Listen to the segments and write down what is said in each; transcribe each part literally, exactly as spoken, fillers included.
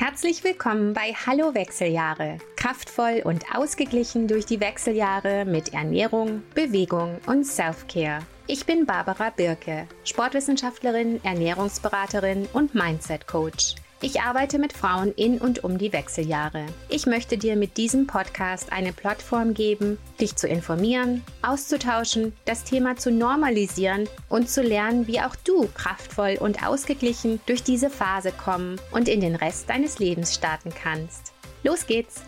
Herzlich willkommen bei Hallo Wechseljahre. Kraftvoll und ausgeglichen durch die Wechseljahre mit Ernährung, Bewegung und Self-Care. Ich bin Barbara Birke, Sportwissenschaftlerin, Ernährungsberaterin und Mindset-Coach. Ich arbeite mit Frauen in und um die Wechseljahre. Ich möchte dir mit diesem Podcast eine Plattform geben, dich zu informieren, auszutauschen, das Thema zu normalisieren und zu lernen, wie auch du kraftvoll und ausgeglichen durch diese Phase kommen und in den Rest deines Lebens starten kannst. Los geht's!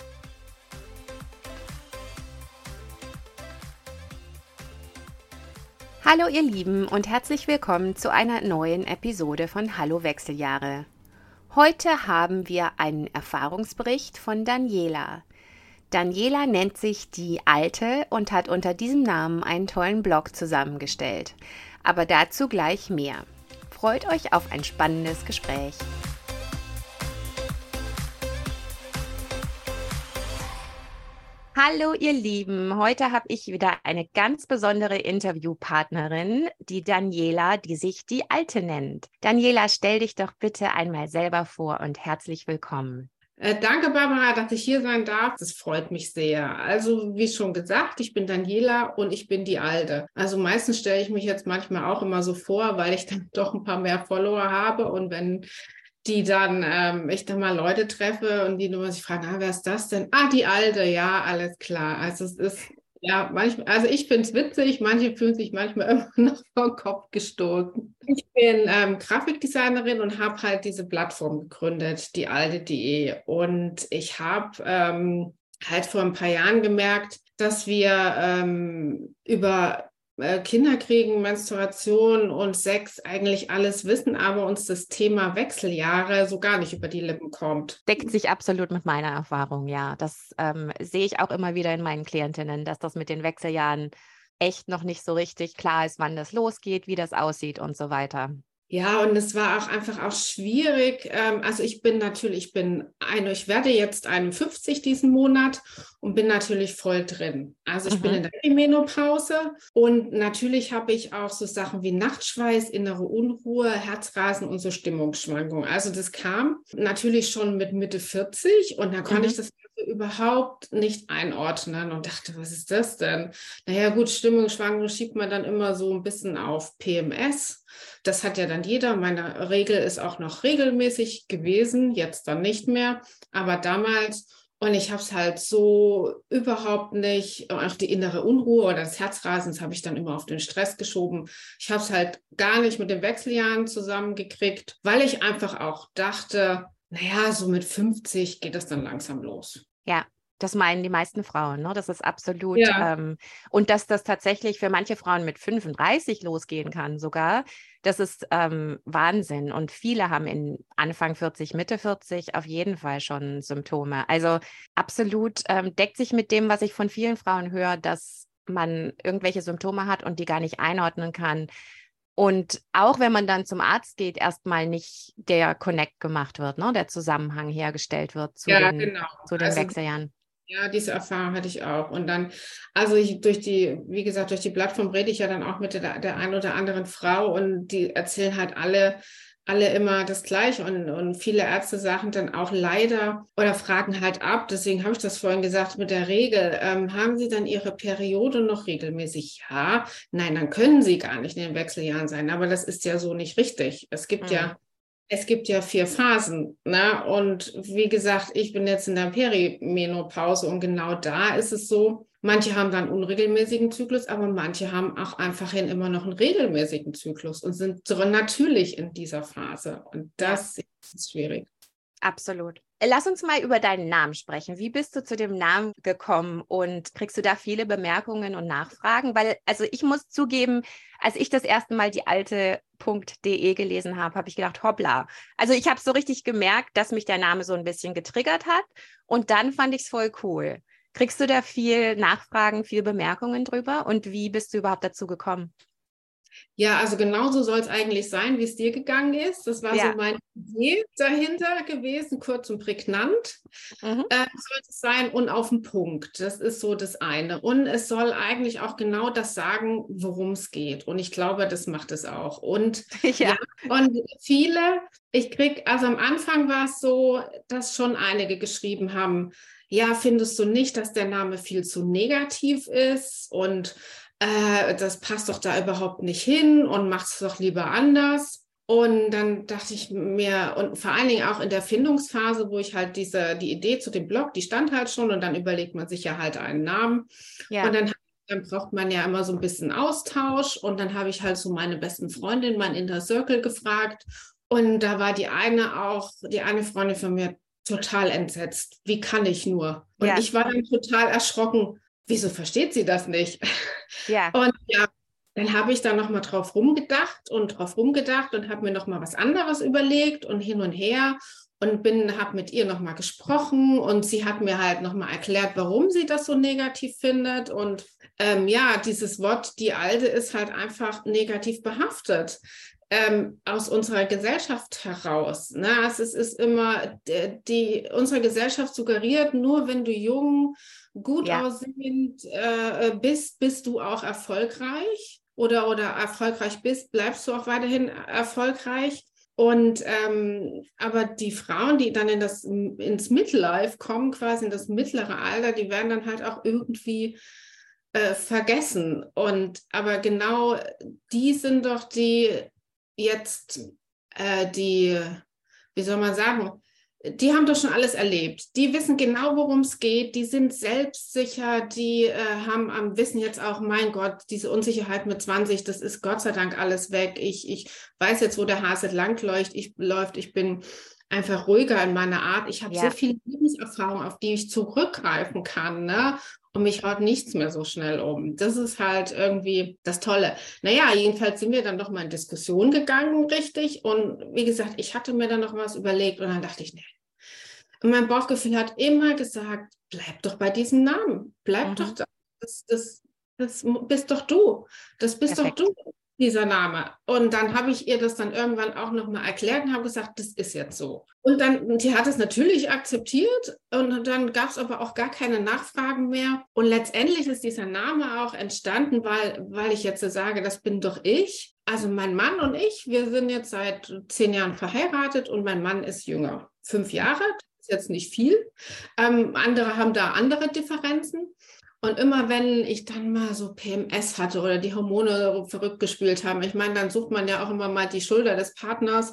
Hallo ihr Lieben und herzlich willkommen zu einer neuen Episode von Hallo Wechseljahre. Heute haben wir einen Erfahrungsbericht von Daniela. Daniela nennt sich die Alte und hat unter diesem Namen einen tollen Blog zusammengestellt. Aber dazu gleich mehr. Freut euch auf ein spannendes Gespräch. Hallo ihr Lieben, heute habe ich wieder eine ganz besondere Interviewpartnerin, die Daniela, die sich die Alte nennt. Daniela, stell dich doch bitte einmal selber vor und herzlich willkommen. Äh, danke, Barbara, dass ich hier sein darf. Das freut mich sehr. Also, wie schon gesagt, ich bin Daniela und ich bin die Alte. Also meistens stelle ich mich jetzt manchmal auch immer so vor, weil ich dann doch ein paar mehr Follower habe und wenn die dann, ähm, ich dann mal Leute treffe und die nur sich fragen, ah, wer ist das denn? Ah, die Alte, ja, alles klar. Also es ist, ja, manchmal, also ich finde es witzig, manche fühlen sich manchmal immer noch vor den Kopf gestoßen. Ich bin ähm, Grafikdesignerin und habe halt diese Plattform gegründet, die alte punkt de. Und ich habe ähm, halt vor ein paar Jahren gemerkt, dass wir ähm, über Kinder kriegen, Menstruation und Sex eigentlich alles wissen, aber uns das Thema Wechseljahre so gar nicht über die Lippen kommt. Deckt sich absolut mit meiner Erfahrung, ja. Das ähm, sehe ich auch immer wieder in meinen Klientinnen, dass das mit den Wechseljahren echt noch nicht so richtig klar ist, wann das losgeht, wie das aussieht und so weiter. Ja, und es war auch einfach auch schwierig. Also ich bin natürlich, ich bin ein, ich werde jetzt einundfünfzig diesen Monat und bin natürlich voll drin. Also ich mhm. bin in der Perimenopause und natürlich habe ich auch so Sachen wie Nachtschweiß, innere Unruhe, Herzrasen und so Stimmungsschwankungen. Also das kam natürlich schon mit Mitte vierzig und dann konnte mhm. ich das überhaupt nicht einordnen und dachte, was ist das denn? Naja gut, Stimmungsschwankungen schiebt man dann immer so ein bisschen auf P M S. Das hat ja dann jeder. Meine Regel ist auch noch regelmäßig gewesen, jetzt dann nicht mehr, aber damals. Und ich habe es halt so überhaupt nicht, auch die innere Unruhe oder das Herzrasen, das habe ich dann immer auf den Stress geschoben. Ich habe es halt gar nicht mit den Wechseljahren zusammengekriegt, weil ich einfach auch dachte, naja, so mit fünfzig geht das dann langsam los. Ja, das meinen die meisten Frauen, ne? Das ist absolut. Ja. Ähm, und dass das tatsächlich für manche Frauen mit fünfunddreißig losgehen kann sogar, das ist ähm, Wahnsinn. Und viele haben in Anfang vierzig, Mitte vierzig auf jeden Fall schon Symptome. Also absolut ähm, deckt sich mit dem, was ich von vielen Frauen höre, dass man irgendwelche Symptome hat und die gar nicht einordnen kann. Und auch wenn man dann zum Arzt geht, erstmal nicht der Connect gemacht wird, ne? Der Zusammenhang hergestellt wird zu ja, den, genau. zu den also, Wechseljahren. Ja, diese Erfahrung hatte ich auch. Und dann, also ich durch die, wie gesagt, durch die Plattform rede ich ja dann auch mit der, der einen oder anderen Frau und die erzählen halt alle, alle immer das Gleiche und, und viele Ärzte sagen dann auch leider oder fragen halt ab, deswegen habe ich das vorhin gesagt mit der Regel, ähm, haben Sie dann Ihre Periode noch regelmäßig? Ja, nein, dann können Sie gar nicht in den Wechseljahren sein, aber das ist ja so nicht richtig. Es gibt mhm. ja Es gibt ja vier Phasen, ne? Und wie gesagt, ich bin jetzt in der Perimenopause und genau da ist es so, manche haben dann unregelmäßigen Zyklus, aber manche haben auch einfach immer noch einen regelmäßigen Zyklus und sind so natürlich in dieser Phase. Und das ja. ist schwierig. Absolut. Lass uns mal über deinen Namen sprechen. Wie bist du zu dem Namen gekommen und kriegst du da viele Bemerkungen und Nachfragen? Weil, also ich muss zugeben, als ich das erste Mal die alte punkt de gelesen habe, habe ich gedacht, hoppla. Also ich habe so richtig gemerkt, dass mich der Name so ein bisschen getriggert hat und dann fand ich es voll cool. Kriegst du da viel Nachfragen, viel Bemerkungen drüber und wie bist du überhaupt dazu gekommen? Ja, also genauso soll es eigentlich sein, wie es dir gegangen ist. Das war Ja. so meine Idee dahinter gewesen, kurz und prägnant Mhm. äh, soll es sein und auf den Punkt. Das ist so das eine. Und es soll eigentlich auch genau das sagen, worum es geht. Und ich glaube, das macht es auch. Und Ja. ja, und viele, ich krieg, also am Anfang war es so, dass schon einige geschrieben haben, ja, findest du nicht, dass der Name viel zu negativ ist und äh, das passt doch da überhaupt nicht hin und mach es doch lieber anders. Und dann dachte ich mir, und vor allen Dingen auch in der Findungsphase, wo ich halt diese, die Idee zu dem Blog, die stand halt schon und dann überlegt man sich ja halt einen Namen. Ja. Und dann, dann braucht man ja immer so ein bisschen Austausch. Und dann habe ich halt so meine besten Freundinnen, mein Inner Circle gefragt. Und da war die eine auch, die eine Freundin von mir total entsetzt. Wie kann ich nur? Und Ja. ich war dann total erschrocken. Wieso versteht sie das nicht? Ja. Und ja, dann habe ich da nochmal drauf rumgedacht und drauf rumgedacht und habe mir nochmal was anderes überlegt und hin und her und bin, habe mit ihr nochmal gesprochen und sie hat mir halt nochmal erklärt, warum sie das so negativ findet. Und ähm, ja, dieses Wort, die Alte, ist halt einfach negativ behaftet. Ähm, aus unserer Gesellschaft heraus. Ne? Also es ist immer, die, die, unsere Gesellschaft suggeriert, nur wenn du jung, gut Ja. aussehend äh, bist, bist du auch erfolgreich oder, oder erfolgreich bist, bleibst du auch weiterhin erfolgreich. Und ähm, aber die Frauen, die dann in das, ins Midlife kommen, quasi in das mittlere Alter, die werden dann halt auch irgendwie äh, vergessen. Und aber genau die sind doch die jetzt äh, die, wie soll man sagen, die haben doch schon alles erlebt. Die wissen genau, worum es geht. Die sind selbstsicher. Die äh, haben am Wissen jetzt auch, mein Gott, diese Unsicherheit mit zwanzig, das ist Gott sei Dank alles weg. Ich, ich weiß jetzt, wo der Hase lang läuft. Ich, läuft. Ich bin einfach ruhiger in meiner Art. Ich habe Ja. so viele Lebenserfahrungen, auf die ich zurückgreifen kann, ne? Und mich haut nichts mehr so schnell um. Das ist halt irgendwie das Tolle. Naja, jedenfalls sind wir dann doch mal in Diskussion gegangen, richtig. Und wie gesagt, ich hatte mir dann noch was überlegt und dann dachte ich, nee. Und mein Bauchgefühl hat immer gesagt, bleib doch bei diesem Namen. Bleib Mhm. doch da. Das, das, das bist doch du. Das bist Perfekt. doch du, dieser Name. Und dann habe ich ihr das dann irgendwann auch nochmal erklärt und habe gesagt, das ist jetzt so. Und dann, die hat es natürlich akzeptiert und dann gab es aber auch gar keine Nachfragen mehr. Und letztendlich ist dieser Name auch entstanden, weil, weil ich jetzt so sage, das bin doch ich. Also mein Mann und ich, wir sind jetzt seit zehn Jahren verheiratet und mein Mann ist jünger. Fünf Jahre, das ist jetzt nicht viel. Ähm, andere haben da andere Differenzen. Und immer wenn ich dann mal so P M S hatte oder die Hormone verrückt gespielt haben, ich meine, dann sucht man ja auch immer mal die Schulter des Partners.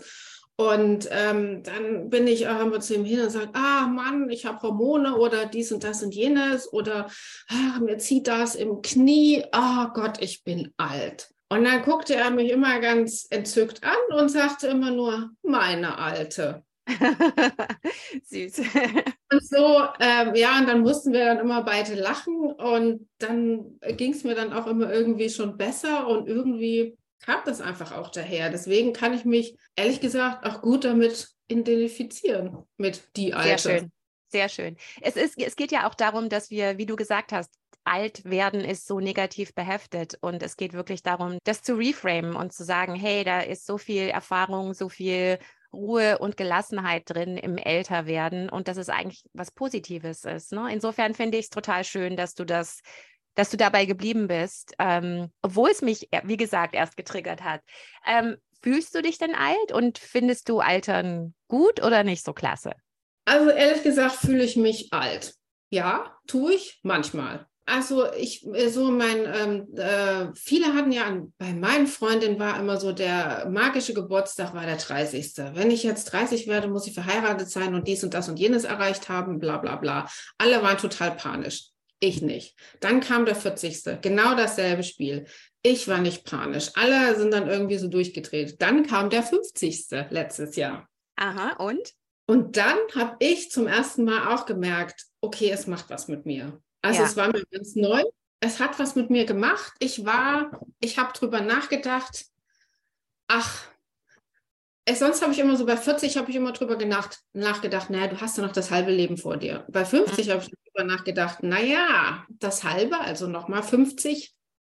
Und ähm, dann bin ich auch immer zu ihm hin und sage, ah Mann, ich habe Hormone oder dies und das und jenes oder ah, mir zieht das im Knie. Oh Gott, ich bin alt. Und dann guckte er mich immer ganz entzückt an und sagte immer nur, meine Alte. Süß. Und so, ähm, ja, und dann mussten wir dann immer beide lachen und dann ging es mir dann auch immer irgendwie schon besser und irgendwie kam das einfach auch daher. Deswegen kann ich mich, ehrlich gesagt, auch gut damit identifizieren, mit die Alte. Sehr schön, sehr schön. Es ist, es geht ja auch darum, dass wir, wie du gesagt hast, alt werden ist so negativ behaftet und es geht wirklich darum, das zu reframen und zu sagen, hey, da ist so viel Erfahrung, so viel Ruhe und Gelassenheit drin im Älterwerden und dass es eigentlich was Positives ist. Ne? Insofern finde ich es total schön, dass du das, dass du dabei geblieben bist, ähm, obwohl es mich, wie gesagt, erst getriggert hat. Ähm, fühlst du dich denn alt und findest du Altern gut oder nicht so klasse? Also ehrlich gesagt fühle ich mich alt. Ja, tue ich manchmal. Also ich, so mein, ähm, äh, viele hatten ja, an, bei meinen Freundinnen war immer so, der magische Geburtstag war der dreißigste Wenn ich jetzt dreißig werde, muss ich verheiratet sein und dies und das und jenes erreicht haben, bla bla bla. Alle waren total panisch. Ich nicht. Dann kam der vierzigste Genau dasselbe Spiel. Ich war nicht panisch. Alle sind dann irgendwie so durchgedreht. Dann kam der fünfzigste letztes Jahr. Aha, und? Und dann habe ich zum ersten Mal auch gemerkt, okay, es macht was mit mir. Also Ja. es war mir ganz neu. Es hat was mit mir gemacht. Ich war, ich habe drüber nachgedacht, ach, es, sonst habe ich immer so, bei vierzig habe ich immer drüber gedacht, nachgedacht, naja, du hast ja noch das halbe Leben vor dir. Bei fünfzig mhm. habe ich drüber nachgedacht, naja, das halbe, also nochmal fünfzig,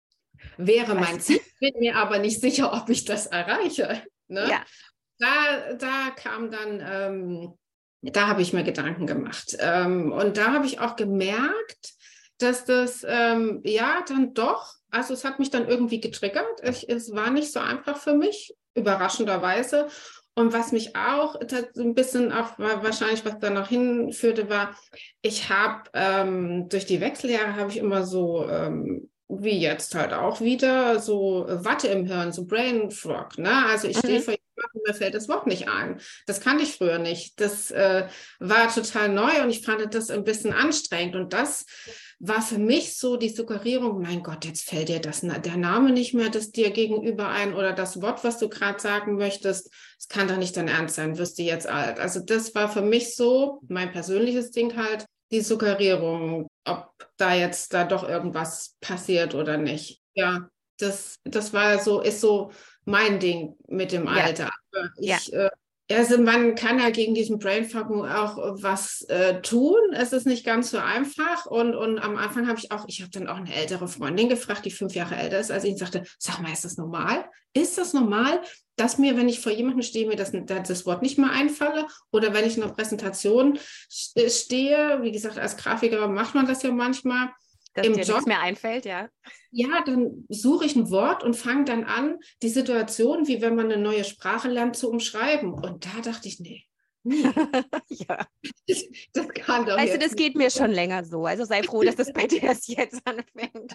wäre Was? mein Ziel, bin mir aber nicht sicher, ob ich das erreiche. Ne? Ja. Da, da kam dann, ähm, da habe ich mir Gedanken gemacht. Ähm, und da habe ich auch gemerkt, dass das, ähm, ja, dann doch, also es hat mich dann irgendwie getriggert. Ich, es war nicht so einfach für mich, überraschenderweise. Und was mich auch ein bisschen auch wahrscheinlich, was da noch hinführte, war, ich habe ähm, durch die Wechseljahre habe ich immer so, ähm, wie jetzt halt auch wieder, so Watte im Hirn, so Brain Fog. Ne? Also ich stehe Mhm. vor jemandem, mir fällt das Wort nicht ein. Das kannte ich früher nicht. Das äh, war total neu und ich fand das ein bisschen anstrengend. Und das war für mich so die Suggerierung, mein Gott, jetzt fällt dir das, der Name nicht mehr, das dir gegenüber ein oder das Wort, was du gerade sagen möchtest. Das kann doch nicht dein Ernst sein, wirst du jetzt alt. Also das war für mich so mein persönliches Ding halt, die Suggerierung, ob da jetzt da doch irgendwas passiert oder nicht. Ja, das, das war so, ist so mein Ding mit dem Ja, Alter. Aber ja. ich, äh, also man kann ja gegen diesen Brainfuck auch was äh, tun. Es ist nicht ganz so einfach. Und, und am Anfang habe ich auch, ich habe dann auch eine ältere Freundin gefragt, die fünf Jahre älter ist, als ich sagte, sag mal, ist das normal? Ist das normal, dass mir, wenn ich vor jemandem stehe, mir das, das Wort nicht mehr einfalle? Oder wenn ich in einer Präsentation stehe, wie gesagt, als Grafiker macht man das ja manchmal, Dass im dir Job, nichts mehr einfällt, ja. ja, dann suche ich ein Wort und fange dann an, die Situation, wie wenn man eine neue Sprache lernt, zu umschreiben. Und da dachte ich, nee, nee, Ja. das, das kann doch Also jetzt das nicht. geht mir schon länger so. Also sei froh, dass das bei dir erst jetzt anfängt.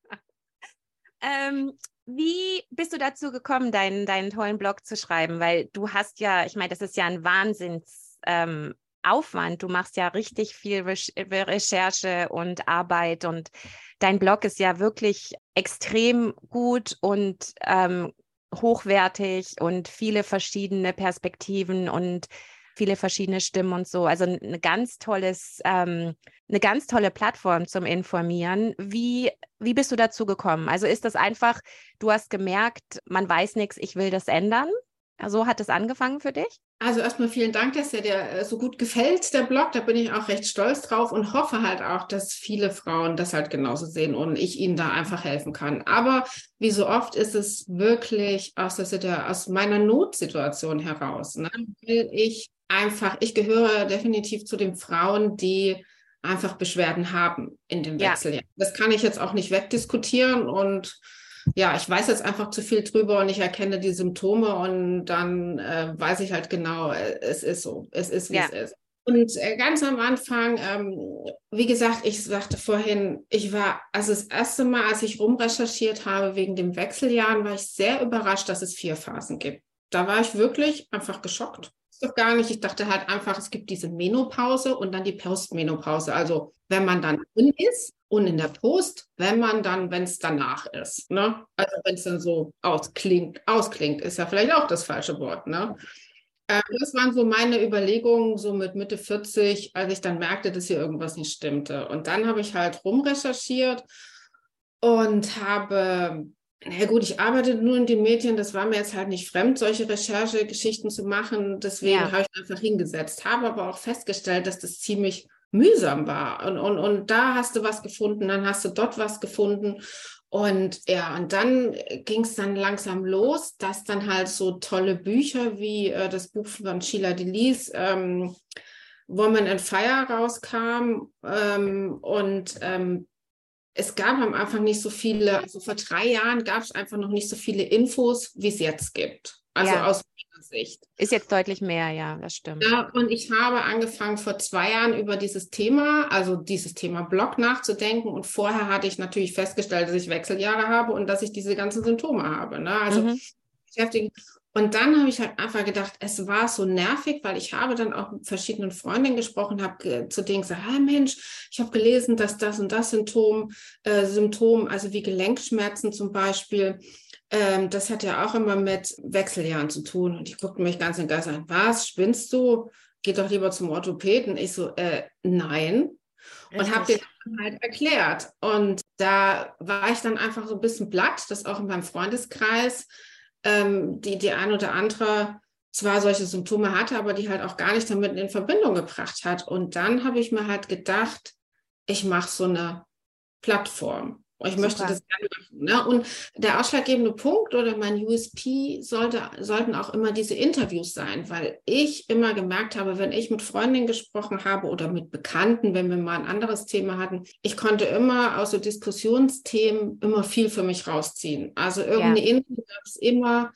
ähm, wie bist du dazu gekommen, deinen, deinen tollen Blog zu schreiben? Weil du hast ja, ich meine, das ist ja ein Wahnsinns ähm, Aufwand. Du machst ja richtig viel Re- Recherche und Arbeit und dein Blog ist ja wirklich extrem gut und ähm, hochwertig und viele verschiedene Perspektiven und viele verschiedene Stimmen und so. Also eine ganz tolles, ähm, eine ganz tolle Plattform zum Informieren. Wie, wie bist du dazu gekommen? Also ist das einfach, du hast gemerkt, man weiß nichts, ich will das ändern? So hat es angefangen für dich? Also erstmal vielen Dank, dass der dir äh, so gut gefällt, der Blog. Da bin ich auch recht stolz drauf und hoffe halt auch, dass viele Frauen das halt genauso sehen und ich ihnen da einfach helfen kann. Aber wie so oft ist es wirklich aus, der, aus meiner Notsituation heraus. Ne? Weil ich einfach, ich gehöre definitiv zu den Frauen, die einfach Beschwerden haben in dem Ja, Wechseljahr. Das kann ich jetzt auch nicht wegdiskutieren und ja, ich weiß jetzt einfach zu viel drüber und ich erkenne die Symptome und dann äh, weiß ich halt genau, äh, es ist so, es ist, wie ja, es ist. Und äh, ganz am Anfang, ähm, wie gesagt, ich sagte vorhin, ich war, also das erste Mal, als ich rumrecherchiert habe wegen dem Wechseljahren, war ich sehr überrascht, dass es vier Phasen gibt. Da war ich wirklich einfach geschockt. Doch gar nicht. Ich dachte halt einfach, es gibt diese Menopause und dann die Postmenopause. Also wenn man dann drin ist und in der Post, wenn man dann, wenn es danach ist. Ne? Also wenn es dann so ausklingt, ausklingt, ist ja vielleicht auch das falsche Wort. Ne? Äh, das waren so meine Überlegungen, so mit Mitte vierzig, als ich dann merkte, dass hier irgendwas nicht stimmte. Und dann habe ich halt rumrecherchiert und habe, na gut, ich arbeite nur in den Medien, das war mir jetzt halt nicht fremd, solche Recherchegeschichten zu machen. Deswegen ja, habe ich einfach hingesetzt, habe aber auch festgestellt, dass das ziemlich mühsam war. Und, und, und da hast du was gefunden, dann hast du dort was gefunden. Und ja, und dann ging es dann langsam los, dass dann halt so tolle Bücher wie äh, das Buch von Sheila Delis, ähm, Woman and Fire rauskam. Ähm, und ähm, es gab am Anfang nicht so viele, also vor drei Jahren gab es einfach noch nicht so viele Infos, wie es jetzt gibt. Also ja. aus meiner Sicht. Ist jetzt deutlich mehr, ja, das stimmt. Ja, und ich habe angefangen vor zwei Jahren über dieses Thema, also dieses Thema Blog nachzudenken. Und vorher hatte ich natürlich festgestellt, dass ich Wechseljahre habe und dass ich diese ganzen Symptome habe. Ne? Also Mhm. beschäftigen. Und dann habe ich halt einfach gedacht, es war so nervig, weil ich habe dann auch mit verschiedenen Freundinnen gesprochen, habe zu denen gesagt, ah Mensch, ich habe gelesen, dass das und das Symptom, äh, Symptom, also wie Gelenkschmerzen zum Beispiel, ähm, das hat ja auch immer mit Wechseljahren zu tun. Und die guckten mich ganz entgeistert an, was, spinnst du? Geh doch lieber zum Orthopäden. Ich so, äh, nein. Und habe Richtig. den halt erklärt. Und da war ich dann einfach so ein bisschen platt, das auch in meinem Freundeskreis, ähm, die die ein oder andere zwar solche Symptome hatte, aber die halt auch gar nicht damit in Verbindung gebracht hat. Und dann habe ich mir halt gedacht, ich mache so eine Plattform. Ich Super. möchte das gerne machen. Ne? Und der ausschlaggebende Punkt oder mein U S P sollte, sollten auch immer diese Interviews sein, weil ich immer gemerkt habe, wenn ich mit Freundinnen gesprochen habe oder mit Bekannten, wenn wir mal ein anderes Thema hatten, ich konnte immer aus so Diskussionsthemen immer viel für mich rausziehen. Also irgendeine Ja. Info gab es immer,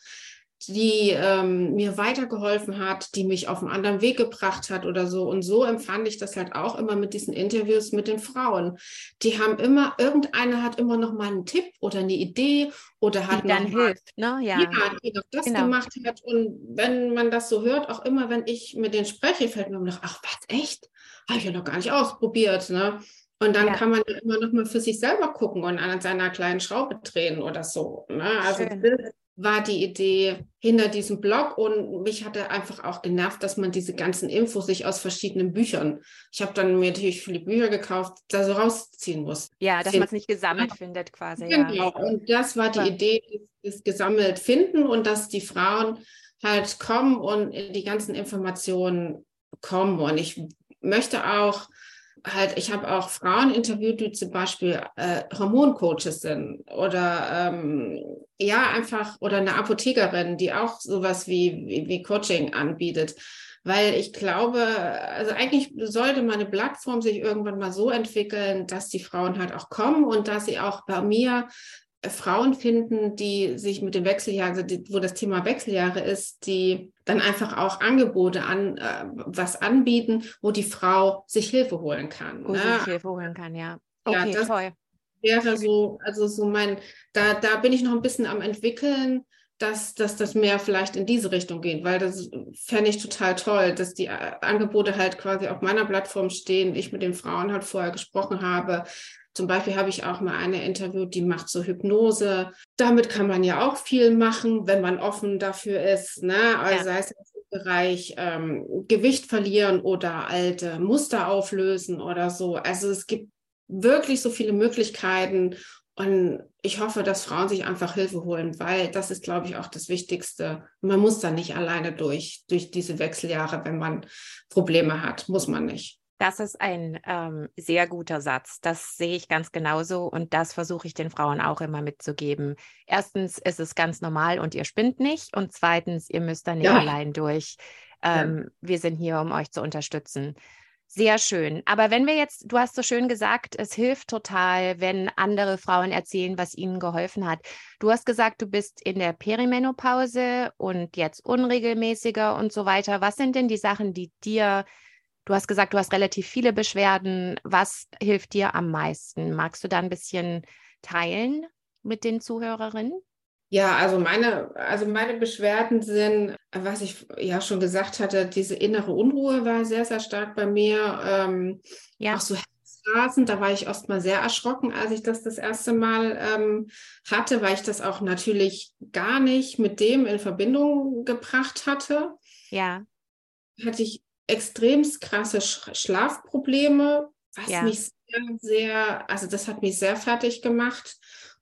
die ähm, mir weitergeholfen hat, die mich auf einen anderen Weg gebracht hat oder so. Und so empfand ich das halt auch immer mit diesen Interviews mit den Frauen. Die haben immer, irgendeine hat immer noch mal einen Tipp oder eine Idee oder hat Die noch dann mal, hilft, ne? ja, Ja, die noch das genau. gemacht hat. Und wenn man das so hört, auch immer, wenn ich mit denen spreche, fällt mir noch, ach was, echt? Habe ich ja noch gar nicht ausprobiert, ne? Und dann Ja. kann man ja immer noch mal für sich selber gucken und an seiner kleinen Schraube drehen oder so. Ne? Also Schön. das war die Idee hinter diesem Blog und mich hatte einfach auch genervt, dass man diese ganzen Infos sich aus verschiedenen Büchern, ich habe dann mir natürlich viele Bücher gekauft, da so rausziehen muss. Ja, dass man es nicht gesammelt Ja. findet quasi, Genau, ja. und das war die Super. Idee, das gesammelt finden und dass die Frauen halt kommen und die ganzen Informationen kommen. Und ich möchte auch halt, ich habe auch Frauen interviewt, die zum Beispiel äh, Hormoncoaches sind oder ähm, ja, einfach, oder eine Apothekerin, die auch sowas wie, wie, wie Coaching anbietet. Weil ich glaube, also eigentlich sollte meine Plattform sich irgendwann mal so entwickeln, dass die Frauen halt auch kommen und dass sie auch bei mir Frauen finden, die sich mit dem Wechseljahr, also die, wo das Thema Wechseljahre ist, die dann einfach auch Angebote an, äh, was anbieten, wo die Frau sich Hilfe holen kann. Wo Ne? sie sich Hilfe holen kann, ja. Ja, Okay, das toll. wäre so, also so mein, da, da bin ich noch ein bisschen am entwickeln, dass, dass das mehr vielleicht in diese Richtung geht, weil das fände ich total toll, dass die Angebote halt quasi auf meiner Plattform stehen, ich mit den Frauen halt vorher gesprochen habe. Zum Beispiel habe ich auch mal eine interviewt, die macht so Hypnose. Damit kann man ja auch viel machen, wenn man offen dafür ist. Ne? Also Ja. sei es im Bereich ähm, Gewicht verlieren oder alte Muster auflösen oder so. Also es gibt wirklich so viele Möglichkeiten. Und ich hoffe, dass Frauen sich einfach Hilfe holen, weil das ist, glaube ich, auch das Wichtigste. Man muss da nicht alleine durch, durch diese Wechseljahre, wenn man Probleme hat. Muss man nicht. Das ist ein ähm, sehr guter Satz. Das sehe ich ganz genauso und das versuche ich den Frauen auch immer mitzugeben. Erstens ist es ganz normal und ihr spinnt nicht und zweitens, ihr müsst da nicht Ja. allein durch. Ähm, Ja. Wir sind hier, um euch zu unterstützen. Sehr schön. Aber wenn wir jetzt, du hast so schön gesagt, es hilft total, wenn andere Frauen erzählen, was ihnen geholfen hat. Du hast gesagt, du bist in der Perimenopause und jetzt unregelmäßiger und so weiter. Was sind denn die Sachen, die dir Du hast gesagt, du hast relativ viele Beschwerden. Was hilft dir am meisten? Magst du da ein bisschen teilen mit den Zuhörerinnen? Ja, also meine, also meine Beschwerden sind, was ich ja schon gesagt hatte, diese innere Unruhe war sehr, sehr stark bei mir. Ähm, Ja. Auch so Herzrasen, da war ich oft mal sehr erschrocken, als ich das das erste Mal ähm, hatte, weil ich das auch natürlich gar nicht mit dem in Verbindung gebracht hatte. Ja. Hatte ich extrem krasse Sch- Schlafprobleme, was Ja. mich sehr, sehr, also das hat mich sehr fertig gemacht.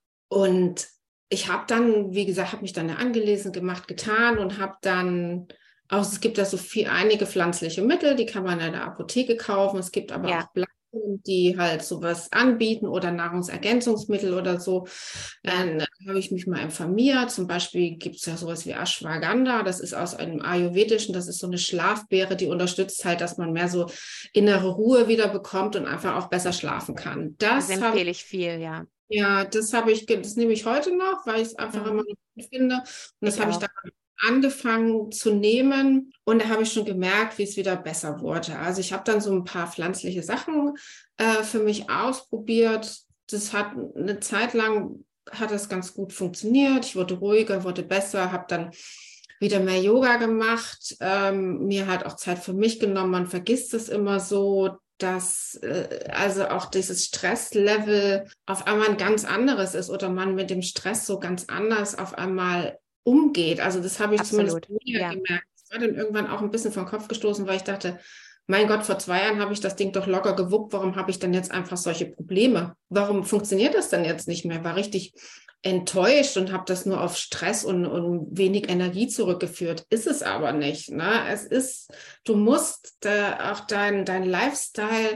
Und ich habe dann, wie gesagt, habe mich dann angelesen, gemacht, getan und habe dann auch, es gibt da so viel, einige pflanzliche Mittel, die kann man in der Apotheke kaufen. Es gibt aber Ja. auch Plattformen, die halt sowas anbieten oder Nahrungsergänzungsmittel oder so. Ja. Dann habe ich mich mal informiert. Zum Beispiel gibt es ja sowas wie Ashwagandha. Das ist aus einem Ayurvedischen, das ist so eine Schlafbeere, die unterstützt halt, dass man mehr so innere Ruhe wieder bekommt und einfach auch besser schlafen kann. Das Das habe empfehle ich viel, ja. ja, das habe ich, ge- das nehme ich heute noch, weil ich es einfach immer Mhm. noch gut finde. Und das Ich habe ich auch. dann angefangen zu nehmen und da habe ich schon gemerkt, wie es wieder besser wurde. Also ich habe dann so ein paar pflanzliche Sachen äh, für mich ausprobiert. Das hat eine Zeit lang, hat das ganz gut funktioniert. Ich wurde ruhiger, wurde besser, habe dann wieder mehr Yoga gemacht, ähm, mir halt auch Zeit für mich genommen. Man vergisst es immer so, dass äh, also auch dieses Stresslevel auf einmal ein ganz anderes ist oder man mit dem Stress so ganz anders auf einmal umgeht. Also das habe ich Absolut. zumindest bei mir Ja. gemerkt. Ich war dann irgendwann auch ein bisschen vom Kopf gestoßen, weil ich dachte, mein Gott, vor zwei Jahren habe ich das Ding doch locker gewuppt. Warum habe ich denn jetzt einfach solche Probleme? Warum funktioniert das denn jetzt nicht mehr? War richtig enttäuscht und habe das nur auf Stress und, und wenig Energie zurückgeführt. Ist es aber nicht. Ne? Es ist, du musst äh, auch dein, dein Lifestyle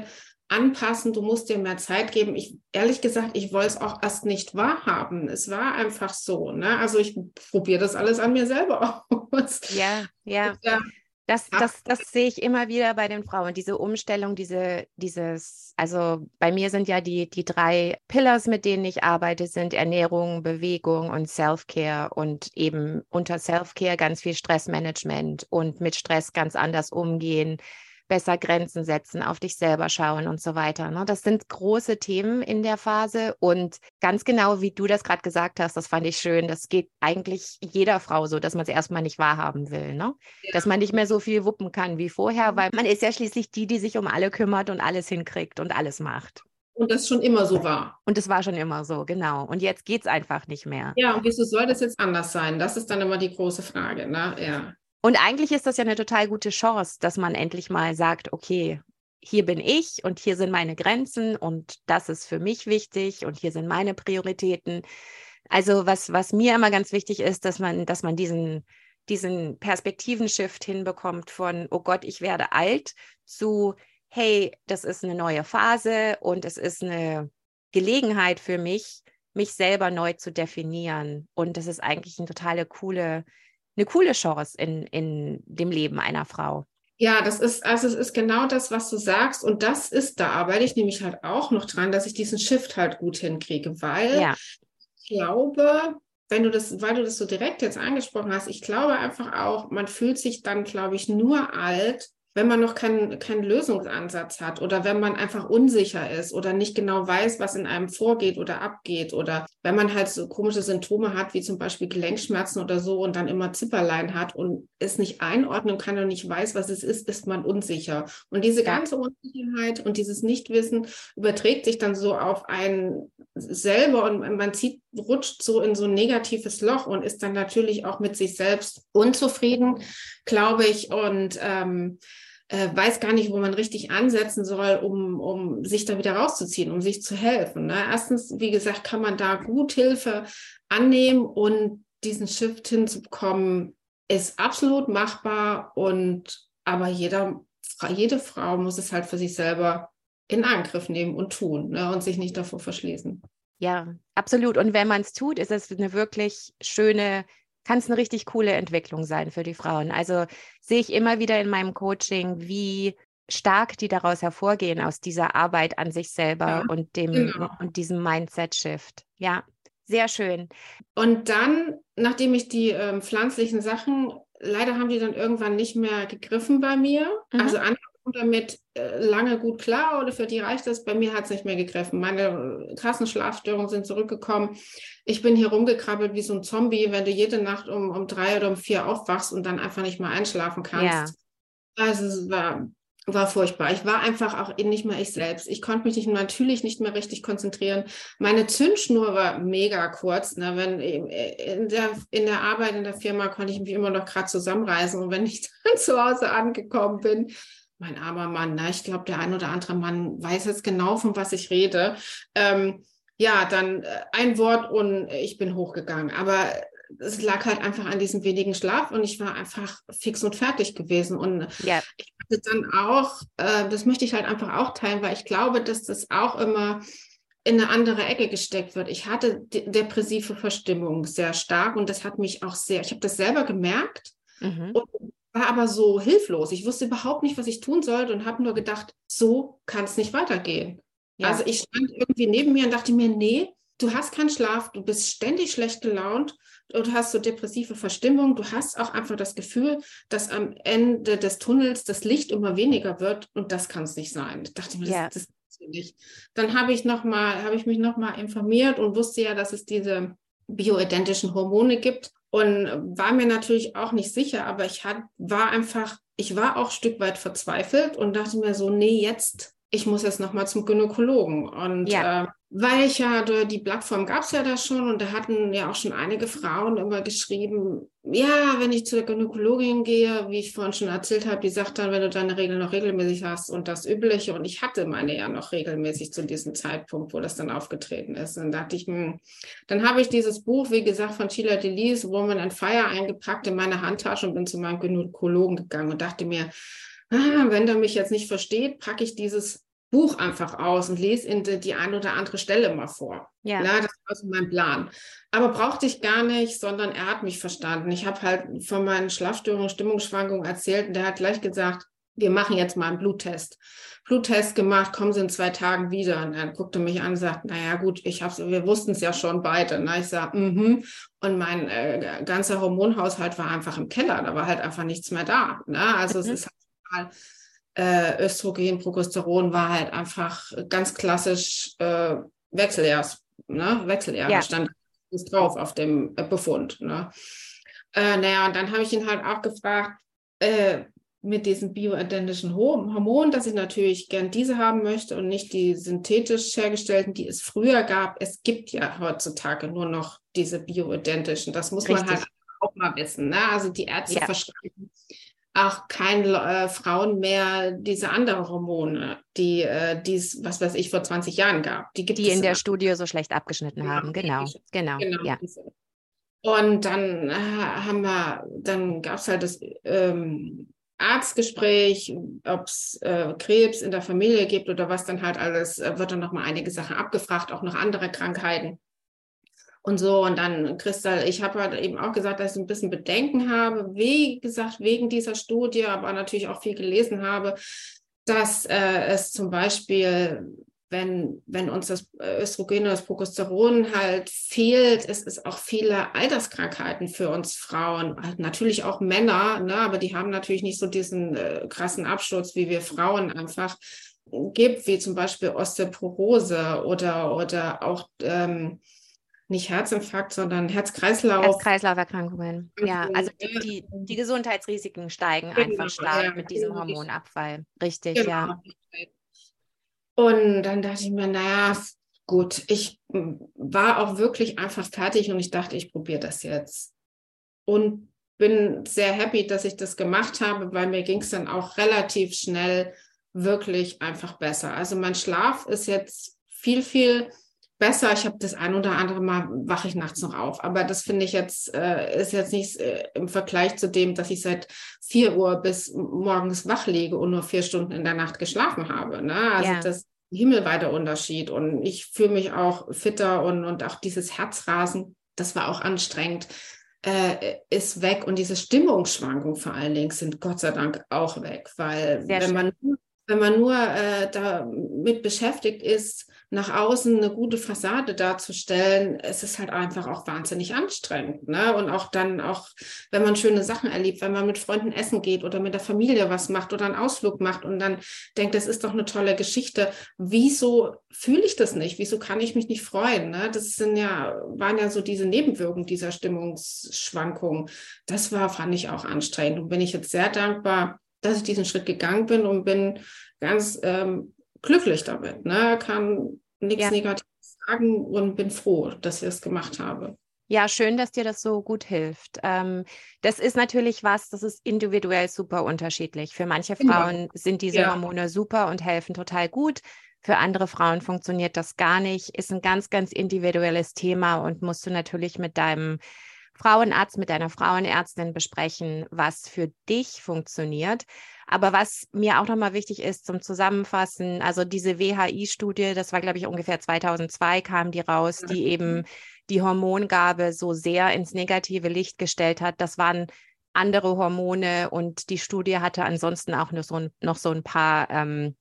anpassen, du musst dir mehr Zeit geben. Ich, ehrlich gesagt, ich wollte es auch erst nicht wahrhaben. Es war einfach so, ne? Also ich probiere das alles an mir selber aus. Ja, ja. Und, äh, Das, hab, das, das sehe ich immer wieder bei den Frauen, diese Umstellung, diese, dieses, also bei mir sind ja die, die drei Pillars, mit denen ich arbeite, sind Ernährung, Bewegung und Self-Care und eben unter Self-Care ganz viel Stressmanagement und mit Stress ganz anders umgehen, besser Grenzen setzen, auf dich selber schauen und so weiter. Ne? Das sind große Themen in der Phase und ganz genau, wie du das gerade gesagt hast, das fand ich schön, das geht eigentlich jeder Frau so, dass man es erstmal nicht wahrhaben will, ne? Dass man nicht mehr so viel wuppen kann wie vorher, weil man ist ja schließlich die, die sich um alle kümmert und alles hinkriegt und alles macht. und das schon immer so war. Und es war schon immer so, genau. Und jetzt geht es einfach nicht mehr. Ja, und wieso soll das jetzt anders sein? Das ist dann immer die große Frage, ne? Ja. Und eigentlich ist das ja eine total gute Chance, dass man endlich mal sagt, okay, hier bin ich und hier sind meine Grenzen und das ist für mich wichtig und hier sind meine Prioritäten. Also was, was mir immer ganz wichtig ist, dass man, dass man diesen, diesen Perspektivenshift hinbekommt von, oh Gott, ich werde alt, zu, hey, das ist eine neue Phase und es ist eine Gelegenheit für mich, mich selber neu zu definieren. Und das ist eigentlich eine totale coole eine coole Chance in, in dem Leben einer Frau. Ja, das ist, also es ist genau das, was du sagst. Und das ist, da arbeite ich nämlich halt auch noch dran, dass ich diesen Shift halt gut hinkriege, weil Ja. ich glaube, wenn du das, weil du das so direkt jetzt angesprochen hast, ich glaube einfach auch, man fühlt sich dann, glaube ich, nur alt, wenn man noch keinen keinen Lösungsansatz hat oder wenn man einfach unsicher ist oder nicht genau weiß, was in einem vorgeht oder abgeht oder wenn man halt so komische Symptome hat, wie zum Beispiel Gelenkschmerzen oder so und dann immer Zipperlein hat und es nicht einordnen kann und nicht weiß, was es ist, ist man unsicher. Und diese Ja. ganze Unsicherheit und dieses Nichtwissen überträgt sich dann so auf einen selber und man zieht, rutscht so in so ein negatives Loch und ist dann natürlich auch mit sich selbst unzufrieden, glaube ich, und ähm, äh, weiß gar nicht, wo man richtig ansetzen soll, um, um sich da wieder rauszuziehen, um sich zu helfen. Ne? Erstens, wie gesagt, kann man da gut Hilfe annehmen und diesen Shift hinzubekommen, ist absolut machbar und aber jeder, jede Frau muss es halt für sich selber in Angriff nehmen und tun, ne? Und sich nicht davor verschließen. Ja, absolut. Und wenn man es tut, ist es eine wirklich schöne, kann es eine richtig coole Entwicklung sein für die Frauen. Also sehe ich immer wieder in meinem Coaching, wie stark die daraus hervorgehen, aus dieser Arbeit an sich selber Ja, und dem genau. und diesem Mindset-Shift. Ja, sehr schön. Und dann, nachdem ich die ähm, pflanzlichen Sachen, leider haben die dann irgendwann nicht mehr gegriffen bei mir. Mhm. Also andere kommen damit äh, lange gut klar oder für die reicht das. Bei mir hat es nicht mehr gegriffen. Meine äh, krassen Schlafstörungen sind zurückgekommen. Ich bin hier rumgekrabbelt wie so ein Zombie, wenn du jede Nacht um, um drei oder um vier aufwachst und dann einfach nicht mehr einschlafen kannst. Ja. Also es war, war furchtbar. Ich war einfach auch nicht mehr ich selbst. Ich konnte mich nicht, natürlich nicht mehr richtig konzentrieren. Meine Zündschnur war mega kurz. Ne? Wenn in der, in der Arbeit in der Firma konnte ich mich immer noch gerade zusammenreißen. Und wenn ich dann zu Hause angekommen bin, mein armer Mann, ne? Ich glaube, der ein oder andere Mann weiß jetzt genau, von was ich rede. Ähm, ja, dann äh, ein Wort und ich bin hochgegangen. Aber es lag halt einfach an diesem wenigen Schlaf und ich war einfach fix und fertig gewesen. Und Ja. ich hatte dann auch, äh, das möchte ich halt einfach auch teilen, weil ich glaube, dass das auch immer in eine andere Ecke gesteckt wird. Ich hatte de- depressive Verstimmung sehr stark und das hat mich auch sehr, ich habe das selber gemerkt Mhm. und war aber so hilflos. Ich wusste überhaupt nicht, was ich tun sollte und habe nur gedacht, so kann es nicht weitergehen. Ja. Also ich stand irgendwie neben mir und dachte mir, nee, du hast keinen Schlaf, du bist ständig schlecht gelaunt, du hast so depressive Verstimmung, du hast auch einfach das Gefühl, dass am Ende des Tunnels das Licht immer weniger wird und das kann es nicht sein. Ich dachte mir, das, Ja. das kannst du nicht. Dann habe ich noch mal, habe ich mich noch mal informiert und wusste ja, dass es diese bioidentischen Hormone gibt und war mir natürlich auch nicht sicher, aber ich hat, war einfach, ich war auch ein Stück weit verzweifelt und dachte mir so, nee, jetzt, ich muss jetzt noch mal zum Gynäkologen und Ja. äh, weil ich ja, die Plattform gab es ja da schon und da hatten ja auch schon einige Frauen immer geschrieben, ja, wenn ich zur Gynäkologin gehe, wie ich vorhin schon erzählt habe, die sagt dann, wenn du deine Regeln noch regelmäßig hast und das Übliche und ich hatte meine ja noch regelmäßig zu diesem Zeitpunkt, wo das dann aufgetreten ist. Und dann dachte ich, hm, dann habe ich dieses Buch, wie gesagt, von Sheila Delis, Woman and Fire, eingepackt in meine Handtasche und bin zu meinem Gynäkologen gegangen und dachte mir, ah, wenn der mich jetzt nicht versteht, packe ich dieses Buch einfach aus und lese in die, die ein oder andere Stelle mal vor. Ja. Na, das war so mein Plan. Aber brauchte ich gar nicht, sondern er hat mich verstanden. Ich habe halt von meinen Schlafstörungen, Stimmungsschwankungen erzählt und der hat gleich gesagt, wir machen jetzt mal einen Bluttest. Bluttest gemacht, kommen Sie in zwei Tagen wieder. Und er guckte mich an und sagte, naja gut, ich hab's, wir wussten es ja schon beide. Na, ich sage, mhm. Und mein äh, ganzer Hormonhaushalt war einfach im Keller. Da war halt einfach nichts mehr da. Ne? Also mhm. es ist halt äh, Östrogen, Progesteron war halt einfach ganz klassisch äh, Wechseljahrs, ne? Wechseljahre ja. stand drauf auf dem Befund. Ne? Äh, naja, und dann habe ich ihn halt auch gefragt, äh, mit diesen bioidentischen Hormonen, dass ich natürlich gern diese haben möchte und nicht die synthetisch hergestellten, die es früher gab. Es gibt ja heutzutage nur noch diese bioidentischen. Das muss Richtig. Man halt auch mal wissen. Ne? Also die Ärzte ja. verschreiben auch keinen äh, Frauen mehr diese anderen Hormone, die äh, es, was weiß ich, vor zwanzig Jahren gab. Die, gibt die es in der noch. Studie so schlecht abgeschnitten genau. haben. Genau, genau. genau ja. Und dann äh, haben wir, dann gab es halt das ähm, Arztgespräch, ob es äh, Krebs in der Familie gibt oder was dann halt alles, äh, wird dann nochmal einige Sachen abgefragt, auch noch andere Krankheiten. Und so, und dann, Christel, ich habe halt eben auch gesagt, dass ich ein bisschen Bedenken habe, wie gesagt, wegen dieser Studie, aber natürlich auch viel gelesen habe, dass äh, es zum Beispiel, wenn, wenn uns das Östrogen oder das Progesteron halt fehlt, es ist auch viele Alterskrankheiten für uns Frauen, halt natürlich auch Männer, ne, aber die haben natürlich nicht so diesen äh, krassen Absturz, wie wir Frauen einfach gibt, wie zum Beispiel Osteoporose oder, oder auch ähm, nicht Herzinfarkt, sondern Herz-Kreislauf. Herz-Kreislauf-Erkrankungen. Ja, also die, die, die Gesundheitsrisiken steigen genau, einfach stark ja, mit diesem Hormonabfall. Richtig, genau. ja. Und dann dachte ich mir, naja, gut, ich war auch wirklich einfach fertig und ich dachte, ich probiere das jetzt. Und bin sehr happy, dass ich das gemacht habe, weil mir ging es dann auch relativ schnell wirklich einfach besser. Also mein Schlaf ist jetzt viel, viel besser. Ich habe das ein oder andere Mal, wache ich nachts noch auf. Aber das finde ich jetzt, äh, ist jetzt nicht äh, im Vergleich zu dem, dass ich seit vier Uhr bis morgens wach liege und nur vier Stunden in der Nacht geschlafen habe. Ne? Also ja. das ist ein himmelweiter Unterschied. Und ich fühle mich auch fitter und, und auch dieses Herzrasen, das war auch anstrengend, äh, ist weg. Und diese Stimmungsschwankungen vor allen Dingen sind Gott sei Dank auch weg. Weil Sehr wenn man Wenn man nur äh, damit beschäftigt ist, nach außen eine gute Fassade darzustellen, es ist halt einfach auch wahnsinnig anstrengend. Ne? Und auch dann auch, wenn man schöne Sachen erlebt, wenn man mit Freunden essen geht oder mit der Familie was macht oder einen Ausflug macht und dann denkt, das ist doch eine tolle Geschichte. Wieso fühle ich das nicht? Wieso kann ich mich nicht freuen? Ne? Das sind ja, waren ja so diese Nebenwirkungen dieser Stimmungsschwankungen. Das war, fand ich auch anstrengend. Und bin ich jetzt sehr dankbar, dass ich diesen Schritt gegangen bin und bin ganz ähm, glücklich damit. Ne? Kann nichts ja. Negatives sagen und bin froh, dass ich das gemacht habe. Ja, schön, dass dir das so gut hilft. Ähm, das ist natürlich was, das ist individuell super unterschiedlich. Für manche Frauen ja. sind diese ja. Hormone super und helfen total gut. Für andere Frauen funktioniert das gar nicht. Ist ein ganz, ganz individuelles Thema und musst du natürlich mit deinem Frauenarzt, mit deiner Frauenärztin besprechen, was für dich funktioniert. Aber was mir auch nochmal wichtig ist zum Zusammenfassen, also diese W H I-Studie, das war, glaube ich, ungefähr zweitausendzwei kam die raus, die eben die Hormongabe so sehr ins negative Licht gestellt hat. Das waren andere Hormone und die Studie hatte ansonsten auch noch so ein, noch so ein paar ähm,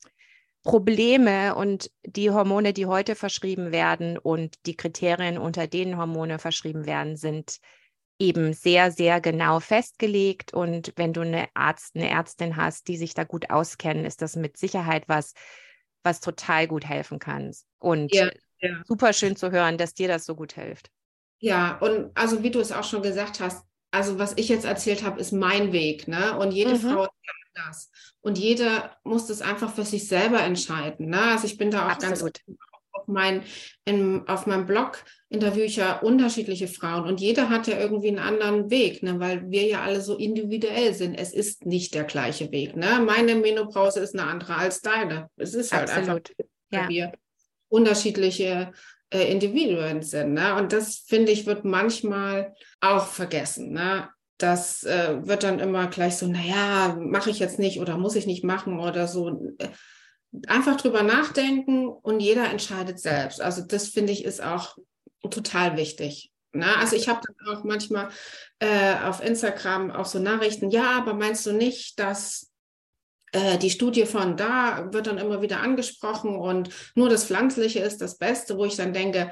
Probleme und die Hormone, die heute verschrieben werden und die Kriterien, unter denen Hormone verschrieben werden, sind eben sehr, sehr genau festgelegt. Und wenn du eine Arzt, eine Ärztin hast, die sich da gut auskennen, ist das mit Sicherheit was, was total gut helfen kann. Und ja, ja. super schön zu hören, dass dir das so gut hilft. Ja, und also wie du es auch schon gesagt hast, also was ich jetzt erzählt habe, ist mein Weg, ne? Und jede mhm. Frau ist anders. Und jeder muss das einfach für sich selber entscheiden, ne? Also ich bin da auch Absolut. ganz auf, mein, in, auf meinem Blog interviewe ich ja unterschiedliche Frauen und jeder hat ja irgendwie einen anderen Weg, ne? Weil wir ja alle so individuell sind. Es ist nicht der gleiche Weg, ne? Meine Menopause ist eine andere als deine. Es ist halt Absolut. einfach, weil ja. wir unterschiedliche äh, Individuen sind, ne? Und das, finde ich, wird manchmal auch vergessen, ne? Das äh, wird dann immer gleich so, naja, mache ich jetzt nicht oder muss ich nicht machen oder so. einfach drüber nachdenken und jeder entscheidet selbst. Also das finde ich ist auch total wichtig. Na, also ich habe dann auch manchmal äh, auf Instagram auch so Nachrichten, ja, aber meinst du nicht, dass äh, die Studie von da wird dann immer wieder angesprochen und nur das Pflanzliche ist das Beste, wo ich dann denke,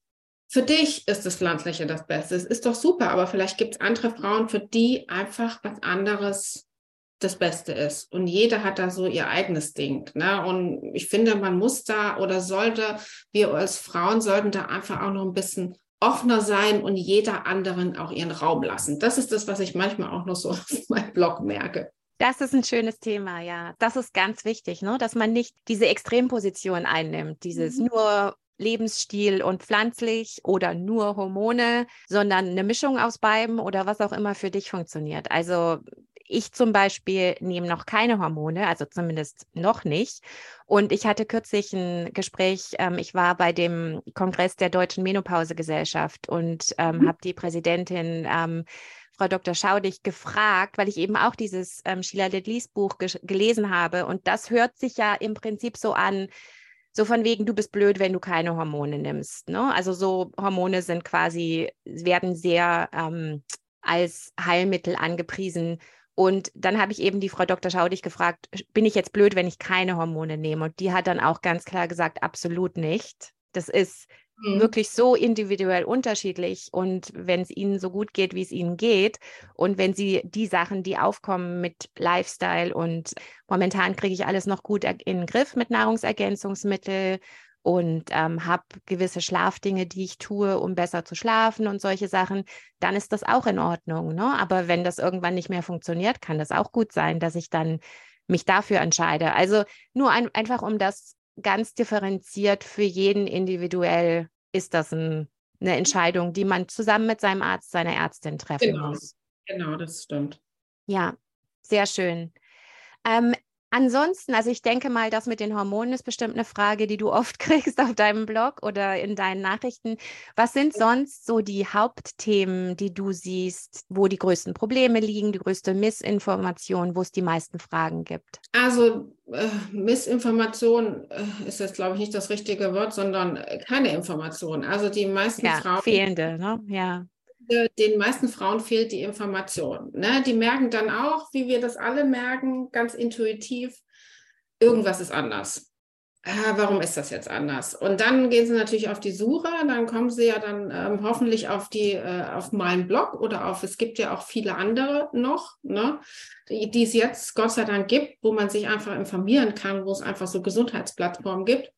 für dich ist das Pflanzliche das Beste. Es ist doch super, aber vielleicht gibt es andere Frauen, für die einfach was anderes das Beste ist. Und jeder hat da so ihr eigenes Ding. Ne? Und ich finde, man muss da oder sollte, wir als Frauen sollten da einfach auch noch ein bisschen offener sein und jeder anderen auch ihren Raum lassen. Das ist das, was ich manchmal auch noch so auf meinem Blog merke. Das ist ein schönes Thema, ja. Das ist ganz wichtig, ne? Dass man nicht diese Extremposition einnimmt, dieses mhm. nur Lebensstil und pflanzlich oder nur Hormone, sondern eine Mischung aus beiden oder was auch immer für dich funktioniert. Also ich zum Beispiel nehme noch keine Hormone, also zumindest noch nicht. Und ich hatte kürzlich ein Gespräch, ähm, ich war bei dem Kongress der Deutschen Menopausegesellschaft und ähm, mhm. habe die Präsidentin ähm, Frau Doktor Schaudig gefragt, weil ich eben auch dieses ähm, Sheila Delis Buch ge- gelesen habe. Und das hört sich ja im Prinzip so an, so von wegen, du bist blöd, wenn du keine Hormone nimmst. Ne? Also so Hormone sind quasi, werden sehr ähm, als Heilmittel angepriesen. Und dann habe ich eben die Frau Doktor Schaudig gefragt, bin ich jetzt blöd, wenn ich keine Hormone nehme? Und die hat dann auch ganz klar gesagt, absolut nicht. Das ist mhm. wirklich so individuell unterschiedlich. Und wenn es Ihnen so gut geht, wie es Ihnen geht, und wenn Sie die Sachen, die aufkommen mit Lifestyle und momentan kriege ich alles noch gut in den Griff mit Nahrungsergänzungsmitteln und ähm, habe gewisse Schlafdinge, die ich tue, um besser zu schlafen und solche Sachen, dann ist das auch in Ordnung. Ne? Aber wenn das irgendwann nicht mehr funktioniert, kann das auch gut sein, dass ich dann mich dafür entscheide. Also nur ein, einfach, um das ganz differenziert für jeden individuell ist das ein, eine Entscheidung, die man zusammen mit seinem Arzt, seiner Ärztin treffen genau. muss. Genau, das stimmt. Ja, sehr schön. Ähm, Ansonsten, also ich denke mal, das mit den Hormonen ist bestimmt eine Frage, die du oft kriegst auf deinem Blog oder in deinen Nachrichten. Was sind sonst so die Hauptthemen, die du siehst, wo die größten Probleme liegen, die größte Missinformation, wo es die meisten Fragen gibt? Also äh, Missinformation äh, ist jetzt, glaube ich, nicht das richtige Wort, sondern äh, keine Information. Also die meisten ja, Frauen... fehlende, ne? Ja. Den meisten Frauen fehlt die Information. Ne? Die merken dann auch, wie wir das alle merken, ganz intuitiv, irgendwas ist anders. Ah, warum ist das jetzt anders? Und dann gehen sie natürlich auf die Suche, dann kommen sie ja dann ähm, hoffentlich auf die äh, auf meinen Blog oder auf, es gibt ja auch viele andere noch, ne? die, die es jetzt Gott sei Dank gibt, wo man sich einfach informieren kann, wo es einfach so Gesundheitsplattformen gibt.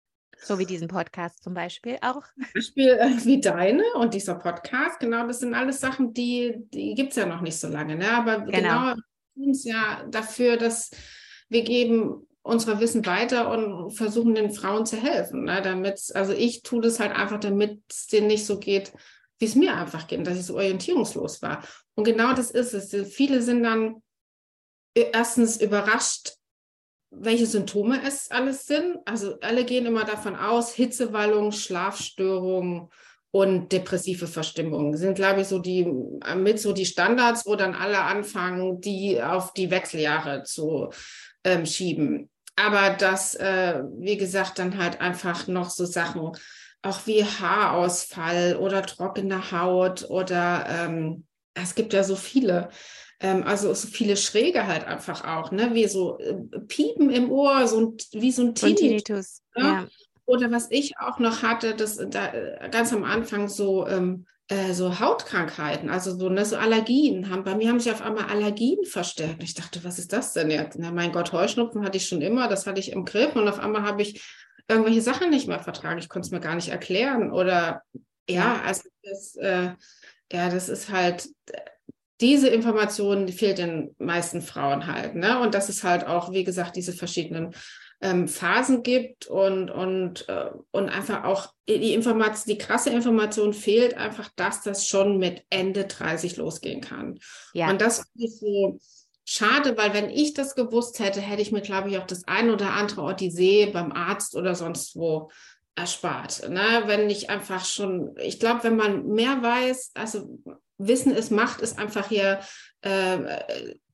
So wie diesen Podcast zum Beispiel auch. Zum Beispiel äh, wie deine und dieser Podcast, genau, das sind alles Sachen, die, die gibt es ja noch nicht so lange. Ne? Aber genau, genau tun es ja dafür, dass wir geben unser Wissen weiter und versuchen den Frauen zu helfen. Ne? Damit, also ich tue das halt einfach, damit es denen nicht so geht, wie es mir einfach geht, dass ich so orientierungslos war. Und genau das ist es. Viele sind dann erstens überrascht, welche Symptome es alles sind. Also alle gehen immer davon aus, Hitzewallung, Schlafstörungen und depressive Verstimmung sind, glaube ich, so die mit so die Standards, wo dann alle anfangen, die auf die Wechseljahre zu ähm, schieben. Aber das, äh, wie gesagt, dann halt einfach noch so Sachen, auch wie Haarausfall oder trockene Haut oder ähm, es gibt ja so viele. Also so viele Schräge halt einfach auch, ne? Wie so äh, Piepen im Ohr, so ein, wie so ein Tinnitus. Ne? Ja. Oder was ich auch noch hatte, das da ganz am Anfang so, ähm, äh, so Hautkrankheiten, also so, ne, so Allergien. Haben, bei mir haben sich auf einmal Allergien verstärkt. Ich dachte, was ist das denn jetzt? Na, mein Gott, Heuschnupfen hatte ich schon immer, das hatte ich im Griff und auf einmal habe ich irgendwelche Sachen nicht mehr vertragen. Ich konnte es mir gar nicht erklären. Oder ja, ja. also das, äh, ja, das ist halt... Diese Information die fehlt den meisten Frauen halt, ne? Und dass es halt auch, wie gesagt, diese verschiedenen ähm, Phasen gibt und, und, äh, und einfach auch die Information, die krasse Information fehlt einfach, dass das schon mit Ende dreißig losgehen kann. Ja. Und das finde ich so schade, weil wenn ich das gewusst hätte, hätte ich mir, glaube ich, auch das ein oder andere Odyssee beim Arzt oder sonst wo erspart. Ne? Wenn ich einfach schon, ich glaube, wenn man mehr weiß, also Wissen ist Macht, ist einfach hier, äh,